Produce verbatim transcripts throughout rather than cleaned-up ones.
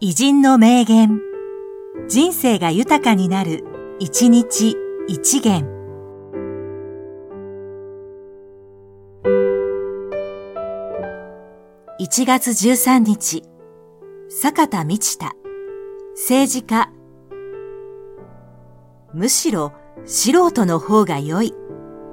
偉人の名言。人生が豊かになる、一日一元。いちがつじゅうさんにち、坂田道太。政治家。むしろ素人の方が良い。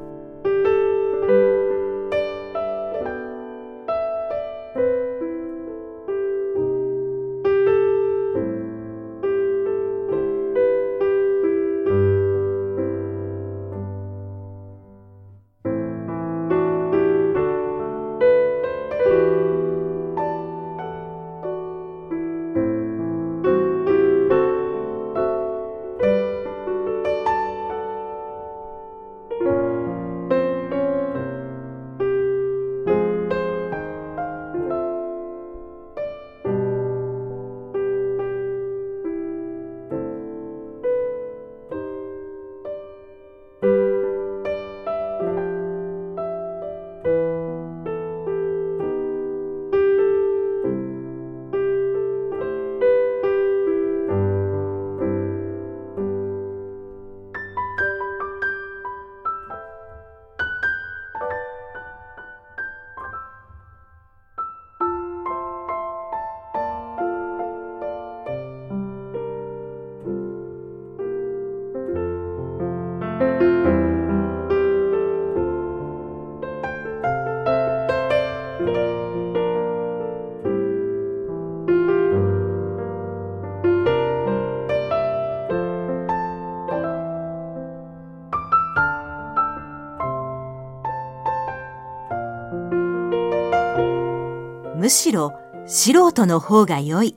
むしろ素人の方が良い。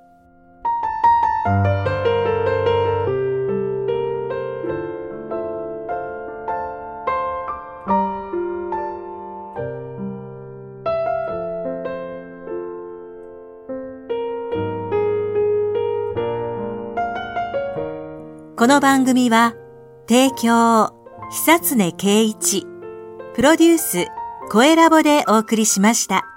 この番組は提供久常圭一、プロデュース声ラボでお送りしました。